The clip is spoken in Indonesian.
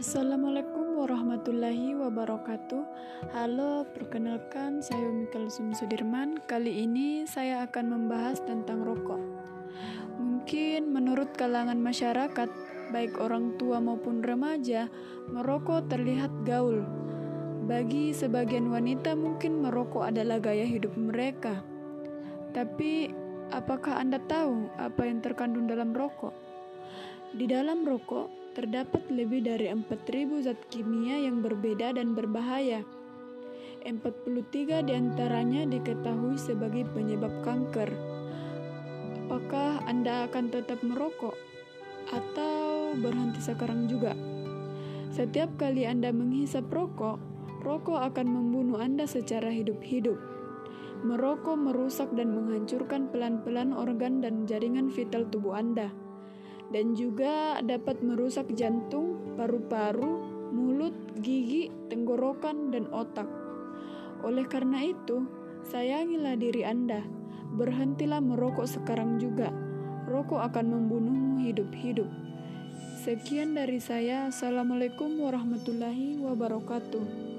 Assalamualaikum warahmatullahi wabarakatuh. Halo, perkenalkan saya Umi Kalsum Sudirman. Kali ini saya akan membahas tentang rokok. Mungkin menurut kalangan masyarakat, baik orang tua maupun remaja, merokok terlihat gaul. Bagi sebagian wanita mungkin merokok adalah gaya hidup mereka. Tapi, apakah Anda tahu apa yang terkandung dalam rokok? Di dalam rokok terdapat lebih dari 4.000 zat kimia yang berbeda dan berbahaya. 43 diantaranya diketahui sebagai penyebab kanker. Apakah Anda akan tetap merokok? Atau berhenti sekarang juga? Setiap kali Anda menghisap rokok, rokok akan membunuh Anda secara hidup-hidup. Merokok merusak dan menghancurkan pelan-pelan organ dan jaringan vital tubuh Anda. Dan juga dapat merusak jantung, paru-paru, mulut, gigi, tenggorokan, dan otak. Oleh karena itu, sayangilah diri Anda. Berhentilah merokok sekarang juga. Rokok akan membunuhmu hidup-hidup. Sekian dari saya. Assalamualaikum warahmatullahi wabarakatuh.